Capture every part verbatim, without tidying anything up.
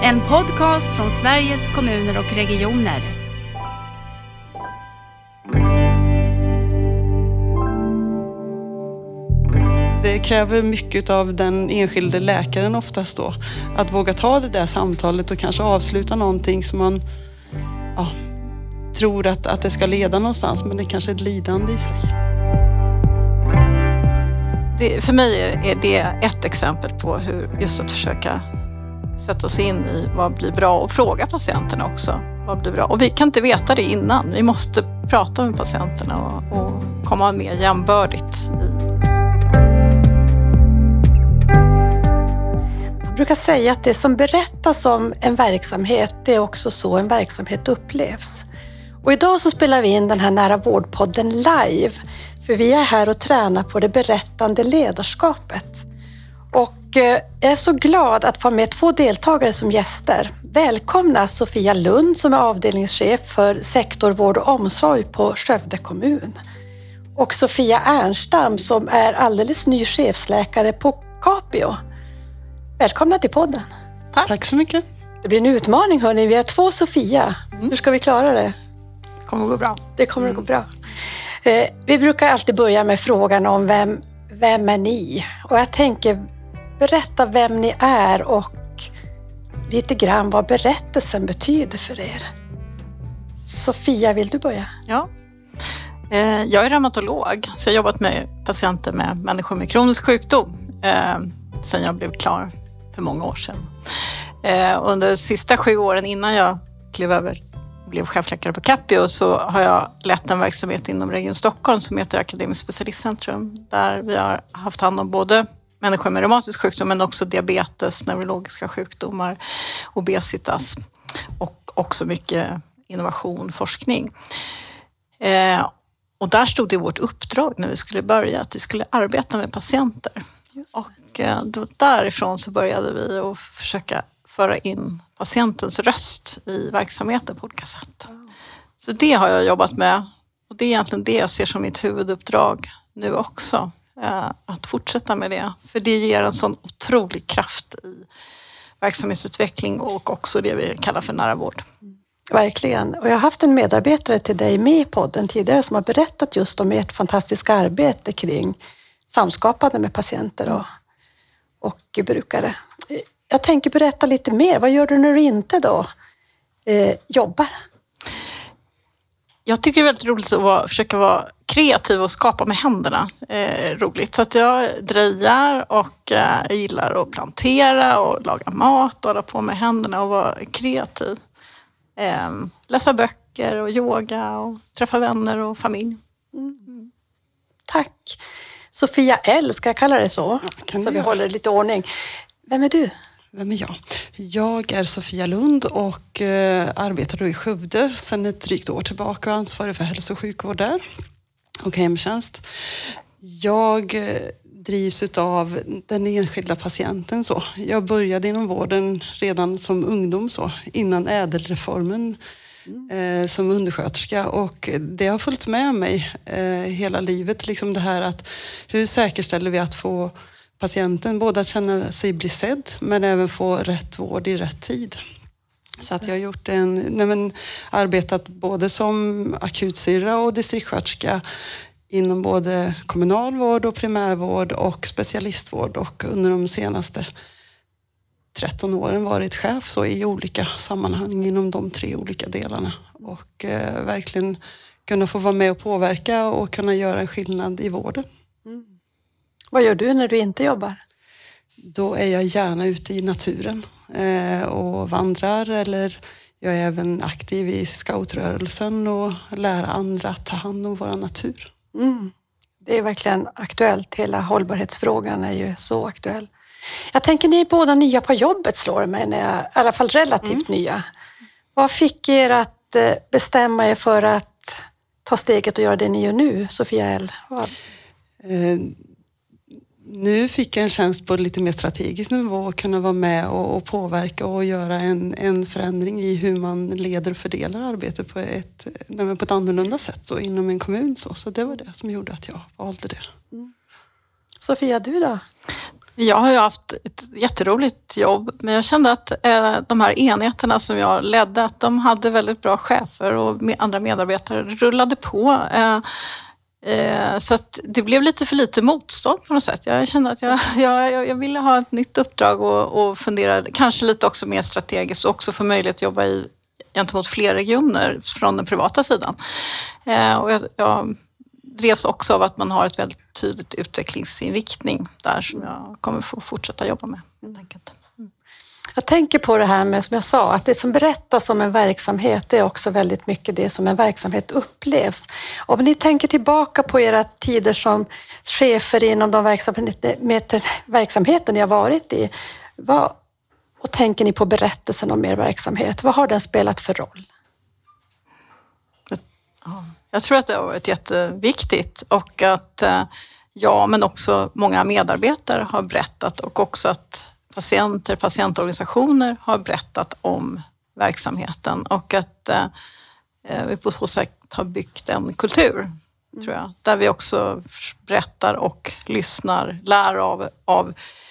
En podcast från Sveriges kommuner och regioner. Det kräver mycket av den enskilde läkaren oftast då. Att våga ta det där samtalet och kanske avsluta någonting som man ja, tror att, att det ska leda någonstans, men det är kanske är ett lidande i sig. Det, för mig är det ett exempel på hur just att försöka sätta sig in i vad blir bra och fråga patienterna också. Vad blir bra? Och vi kan inte veta det innan. Vi måste prata med patienterna och, och komma mer jämbördigt i. Man brukar säga att det som berättas om en verksamhet, det är också så en verksamhet upplevs. Och idag så spelar vi in den här Nära vårdpodden live. För vi är här och tränar på det berättande ledarskapet. Och jag är så glad att få med två deltagare som gäster. Välkomna Sofia Lund som är avdelningschef för sektor vård och omsorg på Skövde kommun. Och Sofia Ernstam som är alldeles ny chefsläkare på Capio. Välkomna till podden. Tack. Tack så mycket. Det blir en utmaning hörni. Vi har två Sofia. Mm. Hur ska vi klara det? Det kommer att gå bra. Det kommer att gå bra. Eh, vi brukar alltid börja med frågan om vem, vem är ni? Och jag tänker berätta vem ni är och lite grann vad berättelsen betyder för er. Sofia, vill du börja? Ja. Eh, jag är reumatolog, så jag har jobbat med patienter med människor med kronisk sjukdom eh, sedan jag blev klar för många år sedan. Eh, under de sista sju åren innan jag klev över blev chefläkare på Capio så har jag lett en verksamhet inom Region Stockholm som heter Akademiskt specialistcentrum där vi har haft hand om både människor med reumatisk sjukdom men också diabetes, neurologiska sjukdomar, obesitas och också mycket innovation, forskning. Eh, och där stod det vårt uppdrag när vi skulle börja att vi skulle arbeta med patienter. Och eh, då därifrån så började vi att försöka föra in patientens röst i verksamheten på olika sätt. Mm. Så det har jag jobbat med och det är egentligen det jag ser som mitt huvuduppdrag nu också. Eh, att fortsätta med det. För det ger en sån otrolig kraft i verksamhetsutveckling och också det vi kallar för nära vård. Mm. Verkligen. Och jag har haft en medarbetare till dig med i podden tidigare som har berättat just om ert fantastiska arbete kring samskapande med patienter och, och brukare. Jag tänker berätta lite mer. Vad gör du när du inte då eh, jobbar? Jag tycker det är väldigt roligt att vara, försöka vara kreativ och skapa med händerna. Eh, roligt. Så att jag drejar och eh, jag gillar att plantera och laga mat och hålla på med händerna och vara kreativ. Eh, läsa böcker och yoga och träffa vänner och familj. Mm. Mm. Tack. Sofia L, ska jag kalla det så? Ja, så vi håller lite ordning. Vem är du? Vem är jag? Jag är Sofia Lund och eh, arbetar då i Skövde sedan ett drygt år tillbaka och ansvarig för hälso- och sjukvård där och hemtjänst. Jag eh, drivs av den enskilda patienten. Så. Jag började inom vården redan som ungdom så, innan ädelreformen eh, som undersköterska och det har följt med mig eh, hela livet. Liksom det här att hur säkerställer vi att få patienten både att känna sig bli sedd men även få rätt vård i rätt tid. Så att jag har gjort en, nej men, arbetat både som akutsyrra och distriktssköterska inom både kommunal vård och primärvård och specialistvård och under de senaste tretton åren varit chef så i olika sammanhang inom de tre olika delarna och eh, verkligen kunna få vara med och påverka och kunna göra en skillnad i vården. Mm. Vad gör du när du inte jobbar? Då är jag gärna ute i naturen eh, och vandrar eller jag är även aktiv i scoutrörelsen och lär andra att ta hand om vår natur. Mm. Det är verkligen aktuellt. Hela hållbarhetsfrågan är ju så aktuell. Jag tänker ni är båda nya på jobbet slår det mig, när jag, i alla fall relativt mm. nya. Vad fick er att bestämma er för att ta steget och göra det ni gör nu, Sofia L? Vad? Eh, Nu fick jag en tjänst på lite mer strategisk nivå och kunna vara med och, och påverka och göra en, en förändring i hur man leder och fördelar arbetet på ett, nej, på ett annorlunda sätt så, inom en kommun. Så. så det var det som gjorde att jag valde det. Mm. Sofia, du då? Jag har ju haft ett jätteroligt jobb, men jag kände att eh, de här enheterna som jag ledde, att de hade väldigt bra chefer och med andra medarbetare rullade på. Eh, eh, så att det blev lite för lite motstånd på något sätt. Jag kände att jag, jag, jag ville ha ett nytt uppdrag och, och fundera kanske lite också mer strategiskt och också få möjlighet att jobba i gentemot fler regioner från den privata sidan. Eh, och jag, jag drevs också av att man har ett väldigt tydligt utvecklingsinriktning där som jag kommer få fortsätta jobba med. Helt enkelt. Mm. Jag tänker på det här med, som jag sa, att det som berättas om en verksamhet är också väldigt mycket det som en verksamhet upplevs. Om ni tänker tillbaka på era tider som chefer inom de verksamheter, verksamheten ni har varit i, vad, och tänker ni på berättelsen om er verksamhet, vad har den spelat för roll? Jag tror att det har varit jätteviktigt och att jag men också många medarbetare har berättat och också att patienter, patientorganisationer har berättat om verksamheten och att vi på så sätt har byggt en kultur, tror jag, där vi också berättar och lyssnar, lär av, av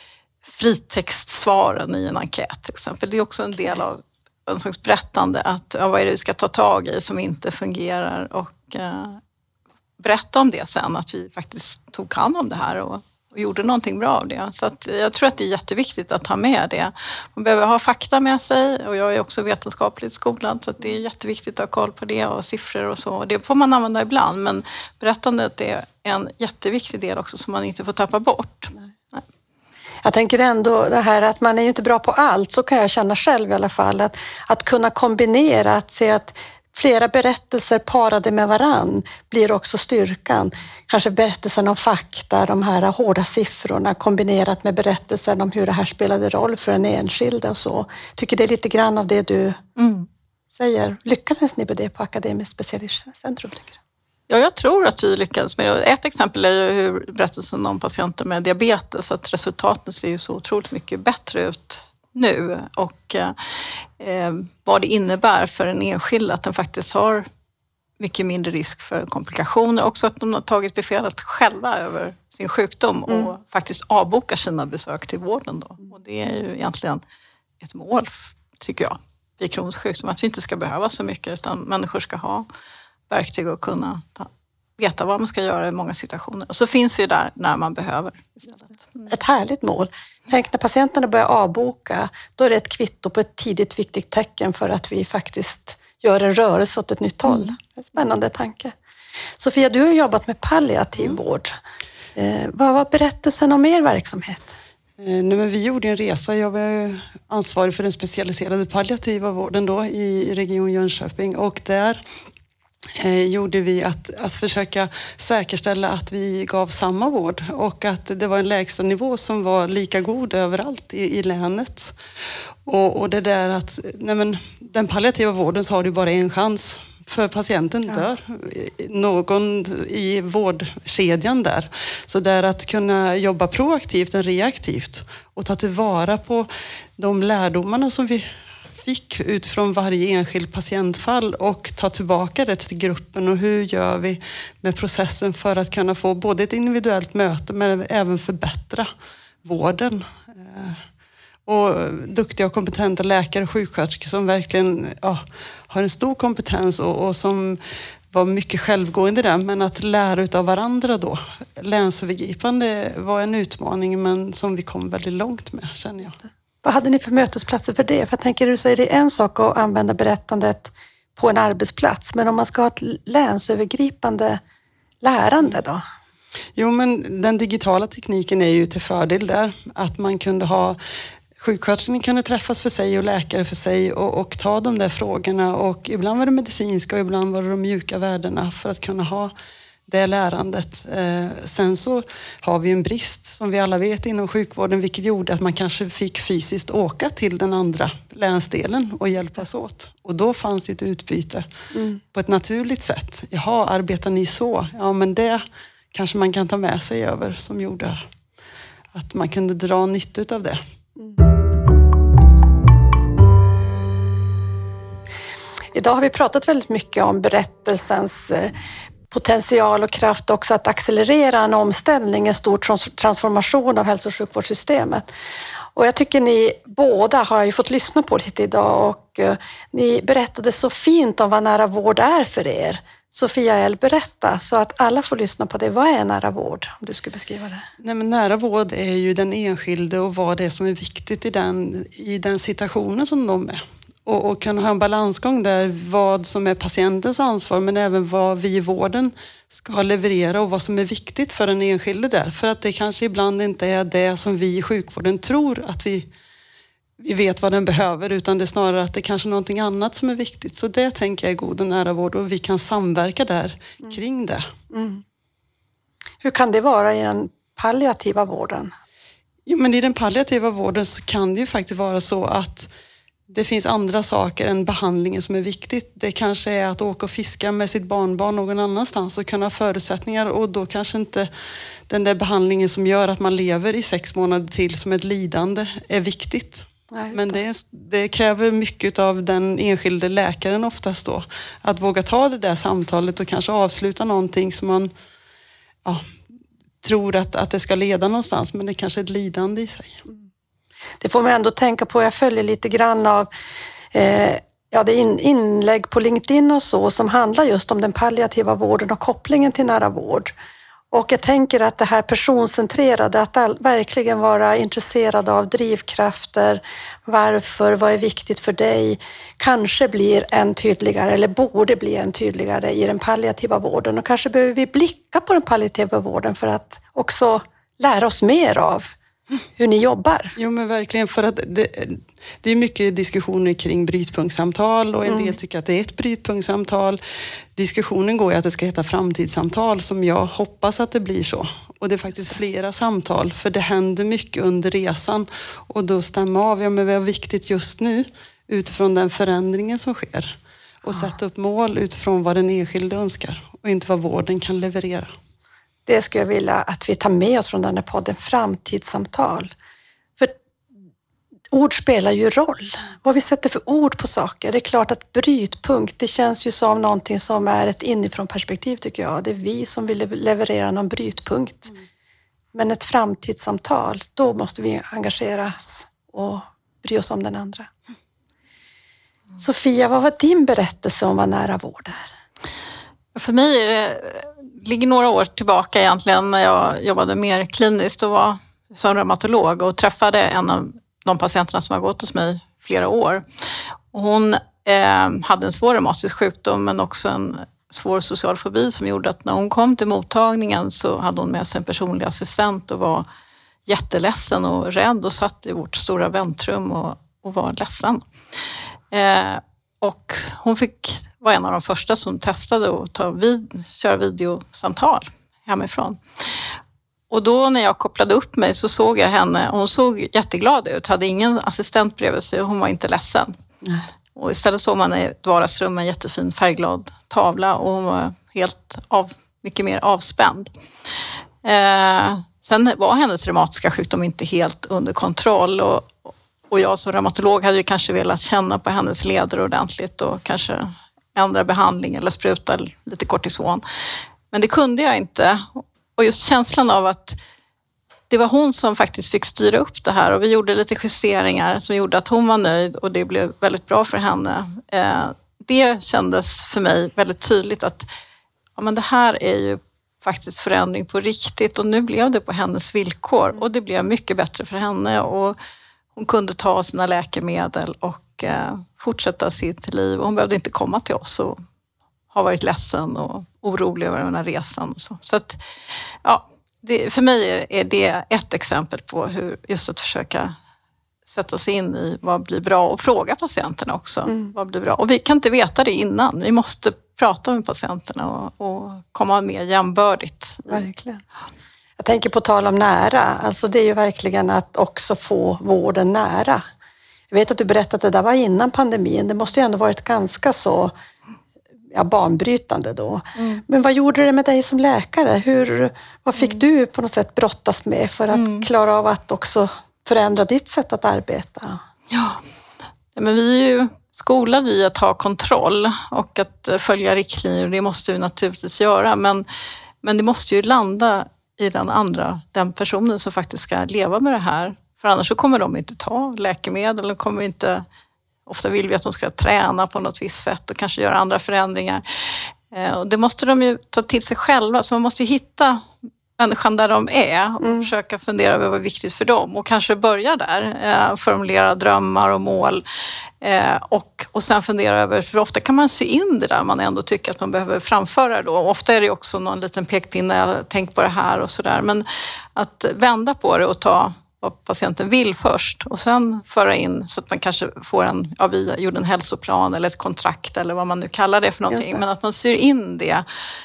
fritextsvaren i en enkät till exempel. Det är också en del av en slags berättande att ja, vad är det vi ska ta tag i som inte fungerar och eh, berätta om det sen, att vi faktiskt tog hand om det här och, och gjorde någonting bra av det. Så att jag tror att det är jätteviktigt att ha med det. Man behöver ha fakta med sig och jag är också vetenskapligt skolad så att det är jätteviktigt att ha koll på det och siffror och så. Det får man använda ibland, men berättandet är en jätteviktig del också som man inte får tappa bort. Nej. Jag tänker ändå det här att man är ju inte bra på allt, så kan jag känna själv i alla fall. Att, att kunna kombinera, att se att flera berättelser parade med varann blir också styrkan. Kanske berättelsen om fakta, de här hårda siffrorna kombinerat med berättelsen om hur det här spelade roll för en enskilda och så. Tycker det är lite grann av det du mm. säger. Lyckades ni med det på Akademiskt specialistcentrum, tycker du? Ja, jag tror att vi lyckades med det. Ett exempel är ju hur berättelsen om patienter med diabetes, att resultaten ser ju så otroligt mycket bättre ut nu och eh, vad det innebär för en enskild att den faktiskt har mycket mindre risk för komplikationer. Också att de har tagit befälet själva över sin sjukdom och mm. faktiskt avbokar sina besök till vården då. Och det är ju egentligen ett mål, tycker jag, vid kronisk sjukdom, att vi inte ska behöva så mycket utan människor ska ha verktyg och kunna ta, veta vad man ska göra i många situationer. Och så finns vi där när man behöver istället. Mm. Ett härligt mål. Tänk när patienterna börjar avboka, då är det ett kvitto på ett tidigt viktigt tecken för att vi faktiskt gör en rörelse åt ett nytt håll. Mm. En spännande tanke. Sofia, du har jobbat med palliativ mm. vård. Eh, vad var berättelsen om er verksamhet? Eh, nej, men vi gjorde en resa. Jag var ansvarig för den specialiserade palliativa vården då i Region Jönköping och där Eh, gjorde vi att, att försöka säkerställa att vi gav samma vård och att det var en lägsta nivå som var lika god överallt i, i länet. Och, och det där att nej men, den palliativa vården så har du bara en chans för patienten dör. Ja. Någon i vårdkedjan där. Så där att kunna jobba proaktivt än reaktivt och ta tillvara på de lärdomarna som vi fick utifrån varje enskild patientfall och ta tillbaka det till gruppen och hur gör vi med processen för att kunna få både ett individuellt möte men även förbättra vården. Och duktiga och kompetenta läkare och sjuksköterskor som verkligen ja, har en stor kompetens och, och som var mycket självgående där, men att lära utav varandra då. Länsövergripande var en utmaning men som vi kom väldigt långt med, känner jag. Vad hade ni för mötesplatser för det? För jag tänker, du säger det är en sak att använda berättandet på en arbetsplats, men om man ska ha ett länsövergripande lärande då? Jo, men den digitala tekniken är ju till fördel där. Att man kunde ha, sjuksköterskan kunde träffas för sig och läkare för sig och, och ta de där frågorna. Och ibland var det medicinska och ibland var det de mjuka värdena för att kunna ha det lärandet. Eh, sen så har vi en brist som vi alla vet inom sjukvården, vilket gjorde att man kanske fick fysiskt åka till den andra länsdelen och hjälpas åt. Och då fanns ett utbyte mm. på ett naturligt sätt. Jaha, arbetar ni så? Ja, men det kanske man kan ta med sig över som gjorde att man kunde dra nytta av det. Mm. Idag har vi pratat väldigt mycket om berättelsens potential och kraft också att accelerera en omställning, en stor trans- transformation av hälso- och sjukvårdssystemet. Och jag tycker ni båda har ju fått lyssna på lite idag och uh, ni berättade så fint om vad nära vård är för er. Sofia L, berätta så att alla får lyssna på det. Vad är nära vård, om du skulle beskriva det? Nej, men nära vård är ju den enskilde och vad det är som är viktigt i den, i den situationen som de är. Och, och kunna ha en balansgång där, vad som är patientens ansvar men även vad vi i vården ska leverera och vad som är viktigt för den enskilde där. För att det kanske ibland inte är det som vi i sjukvården tror att vi, vi vet vad den behöver, utan det är snarare att det kanske är någonting annat som är viktigt. Så det tänker jag är god och nära vård och vi kan samverka där mm. kring det. Mm. Hur kan det vara i den palliativa vården? Jo, men i den palliativa vården så kan det ju faktiskt vara så att det finns andra saker än behandlingen som är viktigt. Det kanske är att åka och fiska med sitt barnbarn någon annanstans och kunna ha förutsättningar, och då kanske inte den där behandlingen som gör att man lever i sex månader till som ett lidande är viktigt. Nej, men det, är, det kräver mycket av den enskilde läkaren oftast då. Att våga ta det där samtalet och kanske avsluta någonting som man ja, tror att, att det ska leda någonstans, men det kanske är ett lidande i sig. Det får man ändå tänka på. Jag följer lite grann av eh, ja, det är in, inlägg på LinkedIn och så som handlar just om den palliativa vården och kopplingen till nära vård. Och jag tänker att det här personcentrerade, att all, verkligen vara intresserad av drivkrafter, varför, vad är viktigt för dig, kanske blir en tydligare eller borde bli en tydligare i den palliativa vården. Och kanske behöver vi blicka på den palliativa vården för att också lära oss mer av hur ni jobbar. Jo, men verkligen, för att det, det är mycket diskussioner kring brytpunktssamtal och en mm. del tycker att det är ett brytpunktssamtal. Diskussionen går ju att det ska heta framtidssamtal, som jag hoppas att det blir så. Och det är faktiskt flera samtal, för det händer mycket under resan, och då stämma av, ja, men vad är viktigt just nu utifrån den förändringen som sker, och ja. sätta upp mål utifrån vad den enskilde önskar och inte vad vården kan leverera. Det skulle jag vilja att vi tar med oss från den här podden, framtidssamtal. För ord spelar ju roll. Vad vi sätter för ord på saker. Det är klart att brytpunkt, det känns ju som någonting som är ett inifrån perspektiv, tycker jag. Det är vi som vill leverera någon brytpunkt. Mm. Men ett framtidssamtal, då måste vi engageras och bry oss om den andra. Mm. Sofia, vad var din berättelse om vad nära vård är? För mig är det, ligger några år tillbaka egentligen, när jag jobbade mer kliniskt och var som reumatolog och träffade en av de patienterna som har gått hos mig flera år. Och hon eh, hade en svår reumatisk sjukdom, men också en svår social fobi som gjorde att när hon kom till mottagningen så hade hon med sig en personlig assistent och var jätteledsen och rädd och satt i vårt stora väntrum och, och var ledsen. Eh, Och hon fick vara en av de första som testade att ta vid, köra videosamtal hemifrån. Och då när jag kopplade upp mig så såg jag henne, och hon såg jätteglad ut, hade ingen assistent bredvid sig och hon var inte ledsen. Mm. Och istället såg man i ett vardagsrum en jättefin färgglad tavla och hon var helt av, mycket mer avspänd. Eh, sen var hennes reumatiska sjukdom inte helt under kontroll, och Och jag som reumatolog hade ju kanske velat känna på hennes leder ordentligt och kanske ändra behandling eller spruta lite kortison. Men det kunde jag inte. Och just känslan av att det var hon som faktiskt fick styra upp det här, och vi gjorde lite justeringar som gjorde att hon var nöjd och det blev väldigt bra för henne. Det kändes för mig väldigt tydligt att ja, men det här är ju faktiskt förändring på riktigt, och nu blev det på hennes villkor och det blev mycket bättre för henne, och hon kunde ta sina läkemedel och eh, fortsätta sitt liv. Hon behövde inte komma till oss och ha varit ledsen och orolig över den här resan. Och så så att, ja, det, för mig är det ett exempel på hur just att försöka sätta sig in i vad blir bra, och fråga patienterna också mm. vad blir bra. Och vi kan inte veta det innan. Vi måste prata med patienterna och, och komma mer jämbördigt. Verkligen. Jag tänker på tal om nära, alltså det är ju verkligen att också få vården nära. Jag vet att du berättade att det där var innan pandemin, det måste ju ändå varit ganska så ja, banbrytande då. Mm. Men vad gjorde det med dig som läkare? Hur, vad fick mm. du på något sätt brottas med för att mm. klara av att också förändra ditt sätt att arbeta? Ja, men vi är ju skolade i att ha kontroll och att följa riktlinjer. Det måste vi naturligtvis göra. Men, men det måste ju landa i den andra, den personen som faktiskt ska leva med det här. För annars så kommer de inte ta läkemedel. De kommer inte, ofta vill vi att de ska träna på något visst sätt och kanske göra andra förändringar. Och det måste de ju ta till sig själva. Så man måste ju hitta människan där de är och mm. försöka fundera över vad är viktigt för dem. Och kanske börja där, eh, formulera drömmar och mål. Eh, och, och sen fundera över, för ofta kan man se in det där man ändå tycker att man behöver framföra då. Och ofta är det också någon liten pekpinne, tänk på det här och sådär. Men att vända på det och ta vad patienten vill först och sen föra in så att man kanske får en, ja vi gjorde en hälsoplan eller ett kontrakt eller vad man nu kallar det för någonting. Det. Men att man syr in det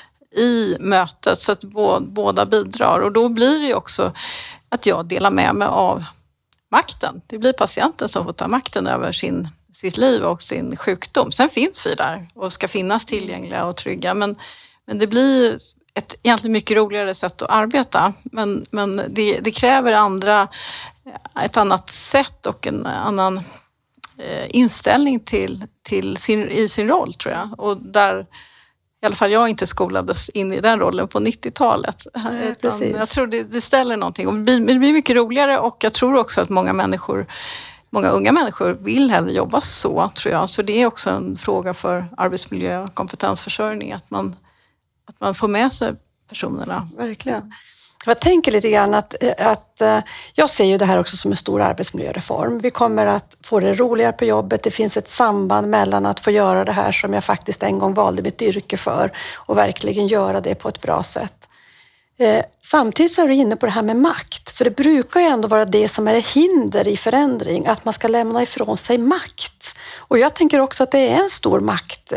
i mötet så att båda bidrar. Och då blir det ju också att jag delar med mig av makten. Det blir patienten som får ta makten över sin, sitt liv och sin sjukdom. Sen finns vi där och ska finnas tillgängliga och trygga. Men, men det blir ett egentligen mycket roligare sätt att arbeta. Men, men det, det kräver andra, ett annat sätt och en annan eh, inställning till, till sin, i sin roll tror jag. Och där i alla fall jag inte skolades in i den rollen på nittiotalet. Nej, precis. Jag tror det, det ställer någonting. Och det, blir, det blir mycket roligare och jag tror också att många människor, många unga människor vill hellre jobba så tror jag. Så det är också en fråga för arbetsmiljö och kompetensförsörjning att man, att man får med sig personerna. Verkligen. Jag tänker lite grann att, att jag ser ju det här också som en stor arbetsmiljöreform. Vi kommer att få det roligare på jobbet. Det finns ett samband mellan att få göra det här som jag faktiskt en gång valde mitt yrke för och verkligen göra det på ett bra sätt. Samtidigt så är du inne på det här med makt. För det brukar ju ändå vara det som är hinder i förändring. Att man ska lämna ifrån sig makt. Och jag tänker också att det är en stor makt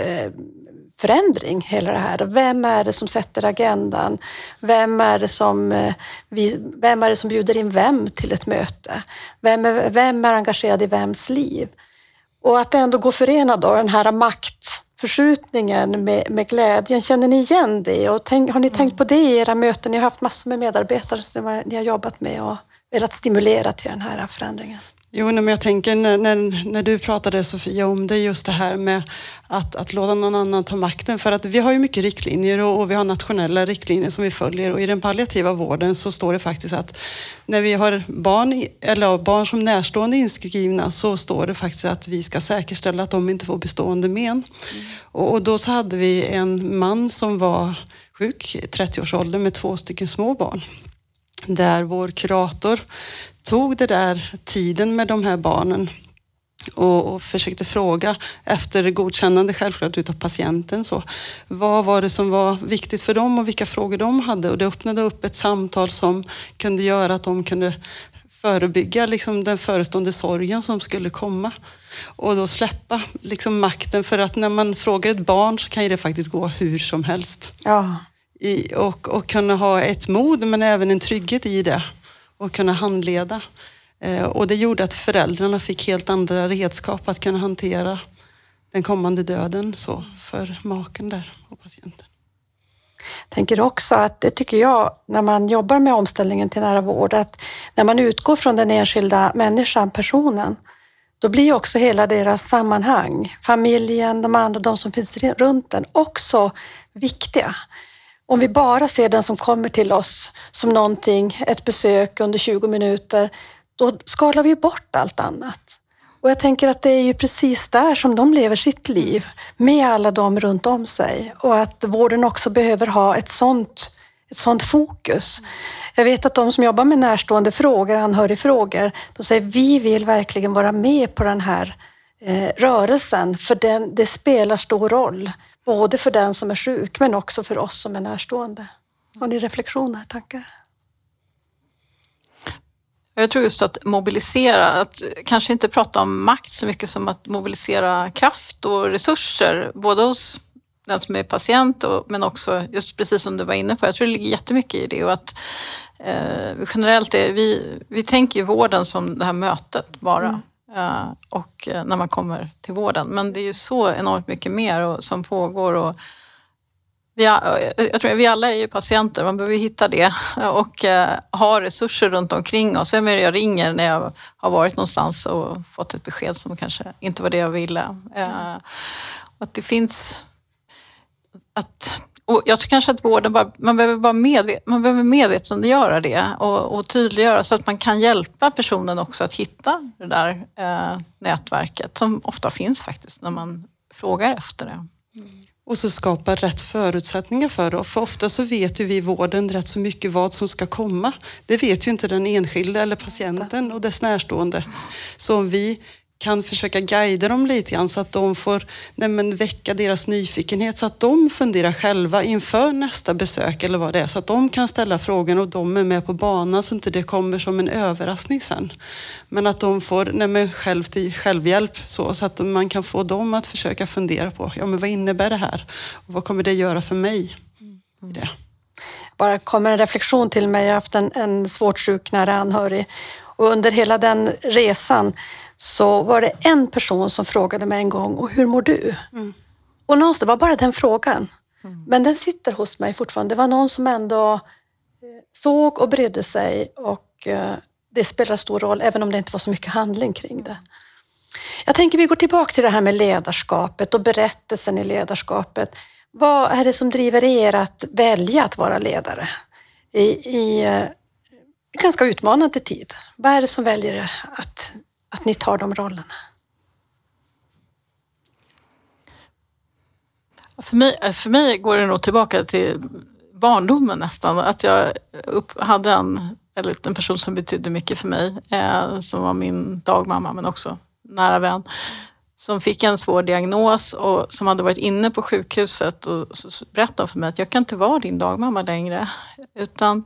förändring hela det här. Vem är det som sätter agendan? Vem är det som, vem är det som bjuder in vem till ett möte? Vem är, vem är engagerad i vems liv? Och att ändå gå förena då den här maktförskjutningen med, med glädjen. Känner ni igen det? Och tänk, har ni mm. tänkt på det i era möten? Ni har haft massor med medarbetare som ni har jobbat med och velat stimulera till den här förändringen. Jo, men jag tänker när, när, när du pratade Sofia om det, just det här med att, att låta någon annan ta makten. För att vi har ju mycket riktlinjer och, och vi har nationella riktlinjer som vi följer. Och i den palliativa vården så står det faktiskt att när vi har barn, eller barn som närstående inskrivna så står det faktiskt att vi ska säkerställa att de inte får bestående men. Mm. Och, och då så hade vi en man som var sjuk i trettio-årsåldern med två stycken små barn. Där vår kurator tog det där tiden med de här barnen och, och försökte fråga efter godkännande självklart utav patienten. Så, vad var det som var viktigt för dem och vilka frågor de hade? Och det öppnade upp ett samtal som kunde göra att de kunde förebygga liksom, den förestående sorgen som skulle komma. Och då släppa liksom, makten, för att när man frågar ett barn så kan ju det faktiskt gå hur som helst. Ja. I, och, och kunna ha ett mod men även en trygghet i det. Och kunna handleda. Eh, och det gjorde att föräldrarna fick helt andra redskap att kunna hantera den kommande döden så för maken där och patienten. Jag tänker också att det tycker jag när man jobbar med omställningen till nära vård, att när man utgår från den enskilda människan, personen, då blir också hela deras sammanhang, familjen, de andra, de som finns runt den också viktiga. Om vi bara ser den som kommer till oss som någonting, ett besök under tjugo minuter, då skalar vi bort allt annat. Och jag tänker att det är ju precis där som de lever sitt liv, med alla de runt om sig. Och att vården också behöver ha ett sånt, ett sånt fokus. Jag vet att de som jobbar med närstående frågor, anhörigfrågor, de säger vi vill verkligen vara med på den här eh, rörelsen, för den, det spelar stor roll. Både för den som är sjuk men också för oss som är närstående. Har ni reflektioner, tankar? Jag tror just att mobilisera, att kanske inte prata om makt så mycket som att mobilisera kraft och resurser. Både hos den som är patient och, men också just precis som du var inne på. Jag tror det ligger jättemycket i det och att eh, generellt är vi, vi tänker ju vården som det här mötet bara. Mm. Uh, och uh, när man kommer till vården. Men det är ju så enormt mycket mer och, som pågår och Vi, jag tror vi alla är ju patienter, man behöver hitta det och eh, ha resurser runt omkring oss. Vem är det jag ringer när jag har varit någonstans och fått ett besked som kanske inte var det jag ville. Eh, och att det finns... Att, och jag tror kanske att vården bara, man behöver bara medvet, man behöver medvetandegöra det och, och tydliggöra så att man kan hjälpa personen också att hitta det där eh, nätverket som ofta finns faktiskt när man frågar efter det. Mm. Och så skapa rätt förutsättningar för det. För ofta så vet ju vi i vården rätt så mycket vad som ska komma. Det vet ju inte den enskilde eller patienten och dess närstående. Så om vi kan försöka guida dem lite grann så att de får nej men, väcka deras nyfikenhet så att de funderar själva inför nästa besök eller vad det är. Så att de kan ställa frågan och de är med på banan så att inte det kommer som en överraskning sen. Men att de får nej men, själv till självhjälp så, så att man kan få dem att försöka fundera på ja, men vad innebär det här? Och vad kommer det göra för mig i det? Bara kommer en reflektion till mig. Jag har haft en, en svårt sjuk nära anhörig och under hela den resan så var det en person som frågade mig en gång, och hur mår du? Mm. Och någonstans, det var bara den frågan. Mm. Men den sitter hos mig fortfarande. Det var någon som ändå såg och brydde sig och det spelar stor roll, även om det inte var så mycket handling kring det. Jag tänker vi går tillbaka till det här med ledarskapet och berättelsen i ledarskapet. Vad är det som driver er att välja att vara ledare i, i en ganska utmanande tid? Vad är det som väljer att Att ni tar de rollerna? För mig, för mig går det nog tillbaka till barndomen nästan. Att jag upp, hade en, eller en person som betydde mycket för mig. Eh, som var min dagmamma men också nära vän. Som fick en svår diagnos och som hade varit inne på sjukhuset. Och så berättade för mig att jag kan inte vara din dagmamma längre. Utan...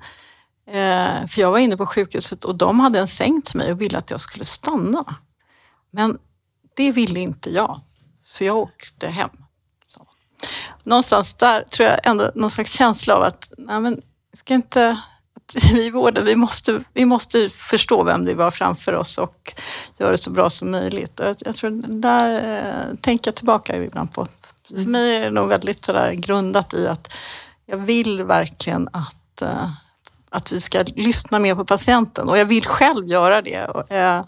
För jag var inne på sjukhuset och de hade en säng till mig och ville att jag skulle stanna. Men det ville inte jag. Så jag åkte hem. Så. Någonstans där tror jag ändå någon slags känsla av att nej men, ska inte, att vi i vården, vi måste, vi måste förstå vem det var framför oss och göra det så bra som möjligt. Jag, jag tror där eh, tänker jag tillbaka ibland på. Mm. För mig är det nog väldigt sådär grundat i att jag vill verkligen att eh, att vi ska lyssna mer på patienten. Och jag vill själv göra det. Och, eh,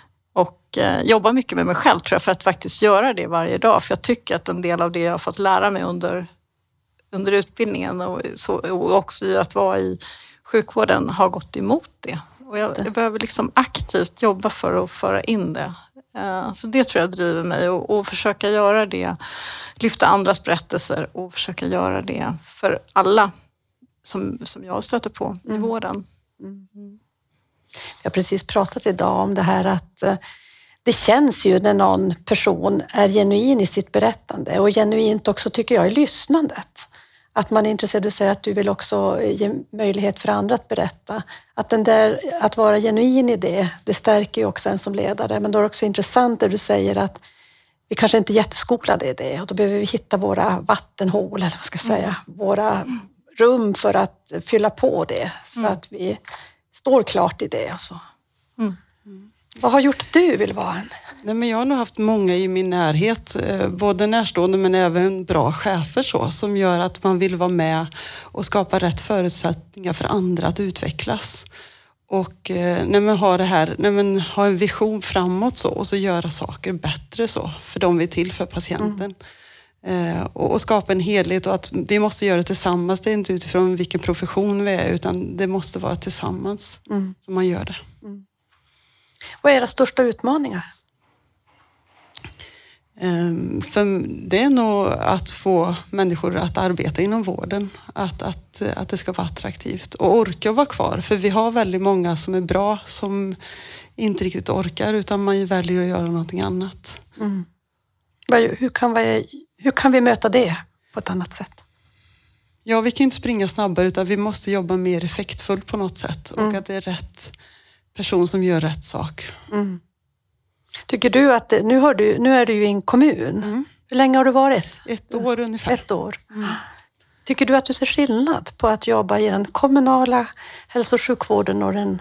och eh, jobba mycket med mig själv tror jag för att faktiskt göra det varje dag. För jag tycker att en del av det jag har fått lära mig under, under utbildningen och, så, och också i att vara i sjukvården har gått emot det. Och jag, jag behöver liksom aktivt jobba för att föra in det. Eh, så det tror jag driver mig. Och, och försöka göra det. Lyfta andras berättelser och försöka göra det för alla. Som, som jag stöter på i mm. vården. Mm. Jag har precis pratat idag om det här att eh, det känns ju när någon person är genuin i sitt berättande och genuint också tycker jag i lyssnandet. Att man är intresserad, du säger att du vill också ge möjlighet för andra att berätta. Att, den där, att vara genuin i det, det stärker ju också en som ledare. Men då är det också intressant när du säger att vi kanske inte är jätteskolade i det och då behöver vi hitta våra vattenhål eller vad ska jag säga, mm. våra rum för att fylla på det så mm. att vi står klart i det. Alltså. Mm. Mm. Vad har gjort att du vill vara en? Nej, men jag har nog haft många i min närhet, både närstående men även bra chefer så, som gör att man vill vara med och skapa rätt förutsättningar för andra att utvecklas. Och när man har det här, när man har en vision framåt så och så göra saker bättre så för de vi är till för patienten. Mm. Eh, och, och skapa en helhet och att vi måste göra det tillsammans. Det är inte utifrån vilken profession vi är utan det måste vara tillsammans mm. som man gör det. Mm. Vad är era största utmaningar? Eh, för det är nog att få människor att arbeta inom vården. Att, att, att det ska vara attraktivt och orka vara kvar. För vi har väldigt många som är bra som inte riktigt orkar utan man väljer att göra någonting annat. Mm. Hur kan vi, hur kan vi möta det på ett annat sätt? Ja, vi kan inte springa snabbare utan vi måste jobba mer effektfullt på något sätt. Mm. Och att det är rätt person som gör rätt sak. Mm. Tycker du att, nu, har du, nu är du ju i en kommun. Mm. Hur länge har du varit? Ett år ungefär. Ett år. Mm. Tycker du att du ser skillnad på att jobba i den kommunala hälso- och sjukvården och den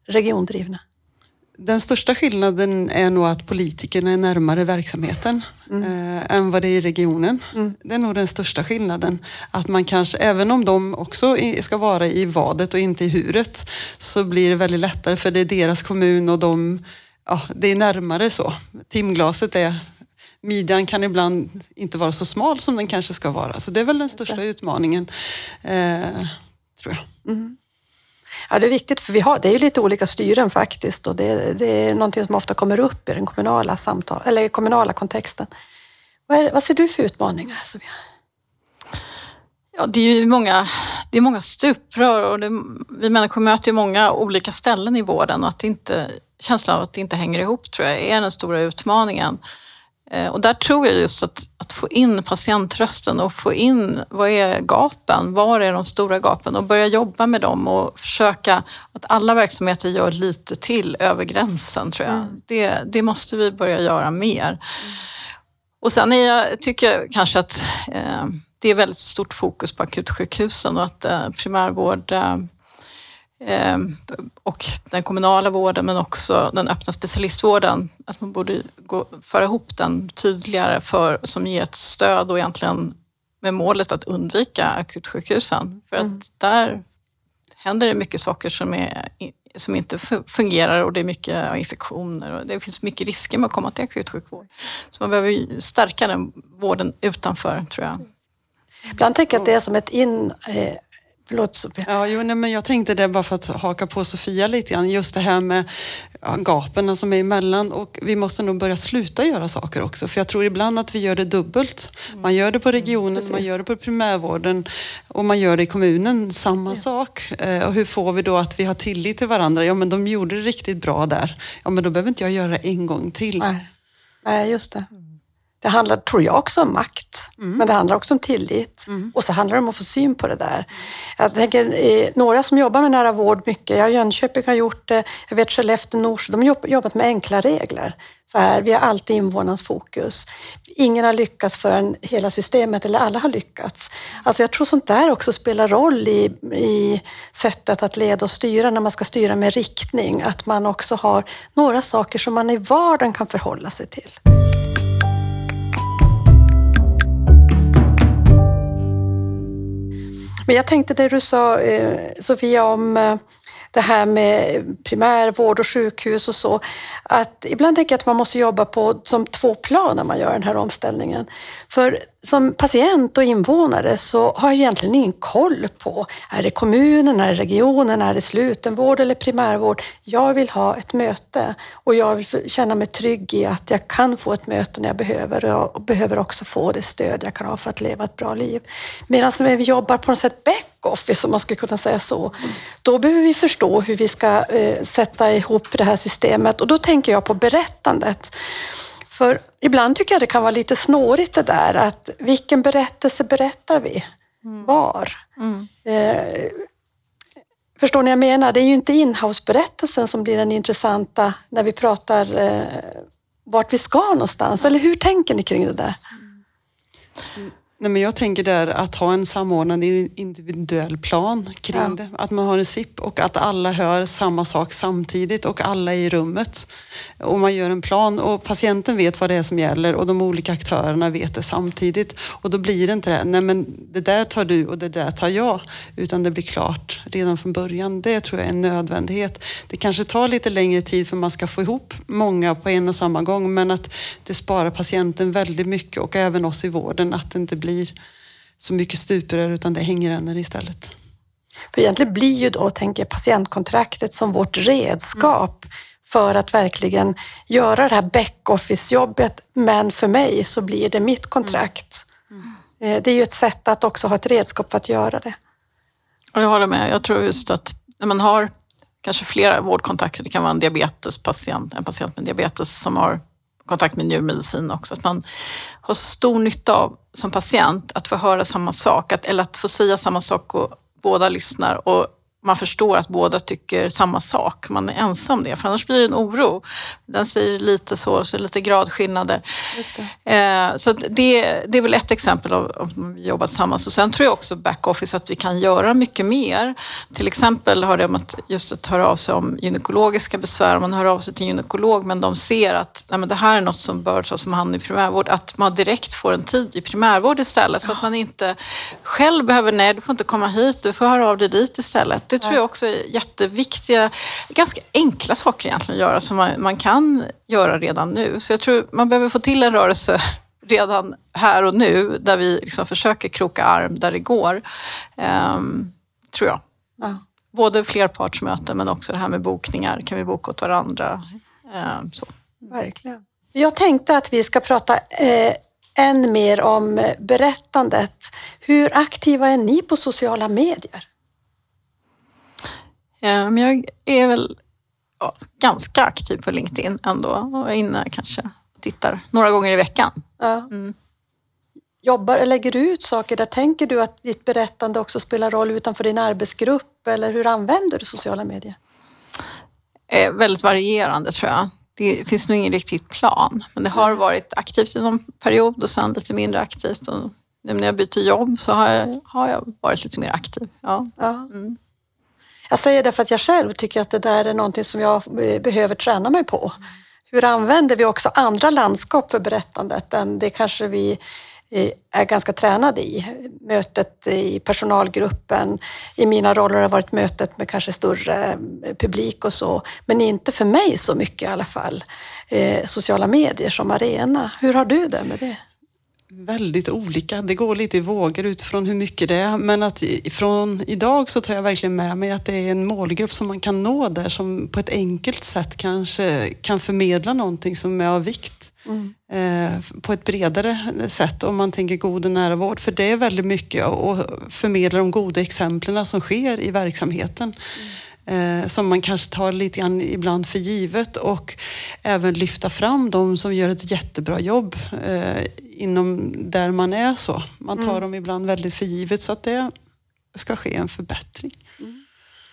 regiondrivna? Den största skillnaden är nog att politikerna är närmare verksamheten. mm. eh, än vad det är i regionen. Mm. Det är nog den största skillnaden. Att man kanske, även om de också ska vara i vadet och inte i huret, så blir det väldigt lättare för det är deras kommun och de, ja, det är närmare så. Timglaset är, midjan kan ibland inte vara så smal som den kanske ska vara. Så det är väl den största okay. utmaningen, eh, tror jag. Mm. Ja, det är viktigt för vi har, det är ju lite olika styren faktiskt och det, det är någonting som ofta kommer upp i den kommunala samtal eller kommunala kontexten. Vad, är, vad ser du för utmaningar, Sofia? Ja, det är ju många, det är många stuprör och det, vi människor möter ju många olika ställen i vården och att det inte, känslan av att det inte hänger ihop tror jag är den stora utmaningen. Och där tror jag just att, att få in patientrösten och få in vad är gapen, var är de stora gapen och börja jobba med dem och försöka att alla verksamheter gör lite till över gränsen tror jag. Mm. Det, det måste vi börja göra mer. Mm. Och sen är jag, tycker jag kanske att eh, det är väldigt stort fokus på akutsjukhusen och att eh, primärvård eh, och den kommunala vården men också den öppna specialistvården, att man borde gå, föra ihop den tydligare för, som ger ett stöd och egentligen med målet att undvika akutsjukhusen. För mm. att där händer det mycket saker som, är, som inte fungerar och det är mycket infektioner och det finns mycket risker med att komma till akutsjukvård. Så man behöver stärka den vården utanför tror jag. Ibland tänker jag att det är som ett in... Eh, Förlåt, Sofia. Ja, jo, nej, men jag tänkte det bara för att haka på Sofia lite grann. Just det här med ja, gapen som är emellan och vi måste nog börja sluta göra saker också. För jag tror ibland att vi gör det dubbelt. Man gör det på regionen, mm, man gör det på primärvården och man gör det i kommunen. Samma ja. sak. Eh, och hur får vi då att vi har tillit till varandra? Ja, men de gjorde det riktigt bra där. Ja, men då behöver inte jag göra det en gång till. Nej, nej just det. Det handlar, tror jag, också om makt. Mm. Men det handlar också om tillit. Mm. Och så handlar det om att få syn på det där. Jag tänker, eh, några som jobbar med nära vård mycket. Jag Jönköping har gjort det. Jag vet Skellefteå, Norsjö. De har jobbat med enkla regler. Så här, vi har alltid invånarnas fokus. Ingen har lyckats förrän hela systemet, eller alla har lyckats. Alltså jag tror sånt där också spelar roll i, i sättet att leda och styra när man ska styra med riktning. Att man också har några saker som man i vardagen kan förhålla sig till. Men jag tänkte det du sa, eh, Sofia, om eh, det här med primärvård och sjukhus och så. Att ibland tänker jag att man måste jobba på som två plan när man gör den här omställningen. För som patient och invånare så har jag egentligen ingen koll på, är det kommunen, är det regionen, är det slutenvård eller primärvård? Jag vill ha ett möte och jag vill känna mig trygg i att jag kan få ett möte när jag behöver och jag behöver också få det stöd jag kan ha för att leva ett bra liv. Medan när vi jobbar på något sätt back-office, om man skulle kunna säga så, då behöver vi förstå hur vi ska eh, sätta ihop det här systemet och då tänker jag på berättandet. För ibland tycker jag det kan vara lite snårigt det där att vilken berättelse berättar vi? Mm. Var? Mm. Eh, förstår ni jag menar? Det är ju inte inhouse-berättelsen som blir den intressanta när vi pratar eh, vart vi ska någonstans. Eller hur tänker ni kring det där? Mm. Nej, men jag tänker där att ha en samordnad individuell plan kring ja. det. Att man har en S I P och att alla hör samma sak samtidigt och alla är i rummet. Och man gör en plan och patienten vet vad det är som gäller och de olika aktörerna vet det samtidigt. Och då blir det inte det, nej men det där tar du och det där tar jag. Utan det blir klart redan från början. Det tror jag är en nödvändighet. Det kanske tar lite längre tid för man ska få ihop många på en och samma gång. Men att det sparar patienten väldigt mycket och även oss i vården att det inte blir så mycket stuprör utan det hänger änner istället. För egentligen blir ju då, tänker jag, patientkontraktet som vårt redskap mm. för att verkligen göra det här back-office-jobbet. Men för mig så blir det mitt kontrakt. Mm. Det är ju ett sätt att också ha ett redskap för att göra det. Och jag håller med. Jag tror just att när man har kanske flera vårdkontakter, det kan vara en diabetespatient, en patient med diabetes som har kontakt med njurmedicin också, att man har stor nytta av som patient att få höra samma sak, att, eller att få säga samma sak och båda lyssnar och man förstår att båda tycker samma sak. Man är ensam det, för annars blir det en oro. Den säger lite så, så lite gradskillnader. Just det. Eh, så det, det är väl ett exempel av att vi jobbar tillsammans. Och sen tror jag också backoffice att vi kan göra mycket mer. Till exempel har det om att just att höra av sig om gynekologiska besvär. Man hör av sig till en gynekolog, men de ser att nej, men det här är något som bör tas om hand i primärvård. Att man direkt får en tid i primärvård istället. Så att man inte själv behöver, nej du får inte komma hit, du får höra av dig dit istället. Det tror jag också är jätteviktiga, ganska enkla saker egentligen att göra som man, man kan göra redan nu. Så jag tror man behöver få till en rörelse redan här och nu där vi liksom försöker kroka arm där det går. Um, tror jag. Ja. Både flerpartsmöten men också det här med bokningar. Kan vi boka åt varandra? Um, så. Verkligen. Jag tänkte att vi ska prata eh, än mer om berättandet. Hur aktiva är ni på sociala medier? Um, jag är väl ja, ganska aktiv på LinkedIn ändå. Och är inne kanske tittar några gånger i veckan. Ja. Mm. Jobbar eller lägger du ut saker där? Tänker du att ditt berättande också spelar roll utanför din arbetsgrupp? Eller hur använder du sociala medier? Eh, väldigt varierande tror jag. Det finns nog ingen riktigt plan. Men det har varit aktivt i någon period och sen lite mindre aktivt. Och nu när jag byter jobb så har jag, har jag varit lite mer aktiv. Ja. Ja. Mm. Jag säger det för att jag själv tycker att det där är någonting som jag behöver träna mig på. Hur använder vi också andra landskap för berättandet än det kanske vi är ganska tränade i. Mötet i personalgruppen, i mina roller har varit mötet med kanske större publik och så. Men inte för mig så mycket i alla fall. Eh, sociala medier som arena. Hur har du det med det? Väldigt olika. Det går lite i vågor utifrån hur mycket det är. Men att från idag så tar jag verkligen med mig att det är en målgrupp som man kan nå där som på ett enkelt sätt kanske kan förmedla någonting som är av vikt. Mm. Eh, på ett bredare sätt om man tänker god och nära vård. För det är väldigt mycket att förmedla de goda exemplen som sker i verksamheten. Mm. Eh, som man kanske tar lite grann ibland för givet och även lyfta fram de som gör ett jättebra jobb eh, inom där man är så. Man tar mm. dem ibland väldigt för givet så att det ska ske en förbättring. Mm.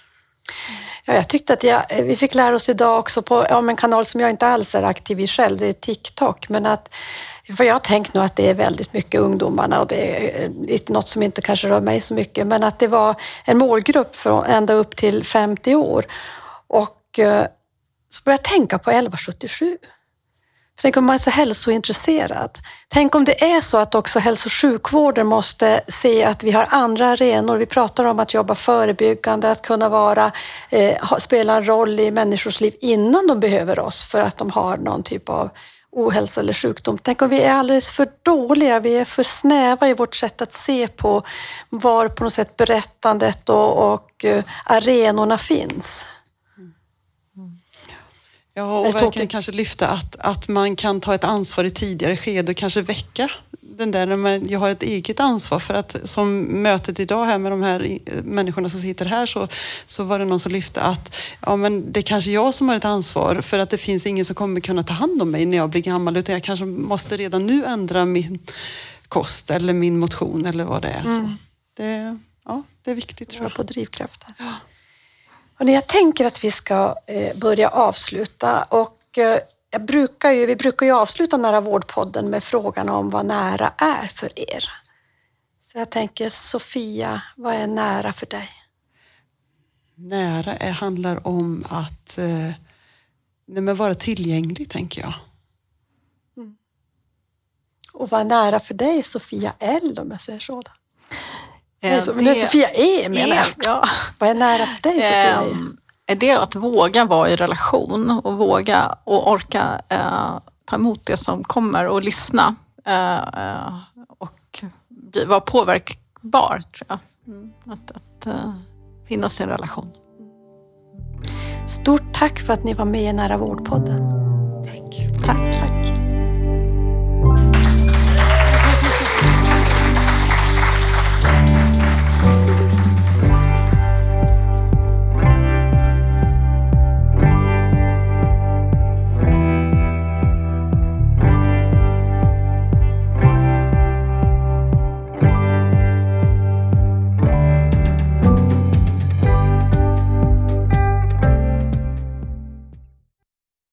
Ja, jag tyckte att jag, vi fick lära oss idag också på om en kanal som jag inte alls är aktiv i själv, det är TikTok. Men att, för jag har tänkt nog att det är väldigt mycket ungdomarna och det är lite något som inte kanske rör mig så mycket. Men att det var en målgrupp från ända upp till femtio år. Och så började jag tänka på elva sjuttiosju. Tänk om man är så hälsointresserad. Tänk om det är så att också hälso- och sjukvården måste se att vi har andra arenor. Vi pratar om att jobba förebyggande, att kunna vara, eh, spela en roll i människors liv innan de behöver oss för att de har någon typ av ohälsa eller sjukdom. Tänk om vi är alldeles för dåliga, vi är för snäva i vårt sätt att se på var på något sätt berättandet och, och uh, arenorna finns. Ja, och verkligen kanske lyfta att, att man kan ta ett ansvar i tidigare skede och kanske väcka den där när man, jag har ett eget ansvar för att som mötet idag här med de här människorna som sitter här så, så var det någon som lyfte att ja, men det är kanske jag som har ett ansvar för att det finns ingen som kommer kunna ta hand om mig när jag blir gammal utan jag kanske måste redan nu ändra min kost eller min motion eller vad det är. Mm. Så det, ja, det är viktigt tror jag. På drivkraften. Ja. Och jag tänker att vi ska börja avsluta och jag brukar ju, vi brukar ju avsluta Nära vårdpodden med frågan om vad nära är för er. Så jag tänker, Sofia, vad är nära för dig? Nära är, handlar om att eh, nej, men vara tillgänglig, tänker jag. Mm. Och vad är nära för dig, Sofia L, om jag säger så då? Nej, så, men det är Sofia E menar jag. Ja. Vad är nära för dig, Sofia E? Är det att våga vara i relation och våga och orka eh, ta emot det som kommer och lyssna eh, och bli, vara påverkbar, tror jag. Mm. Att, att eh, finnas i en relation. Stort tack för att ni var med i Nära vårdpodden. Tack. Tack. tack.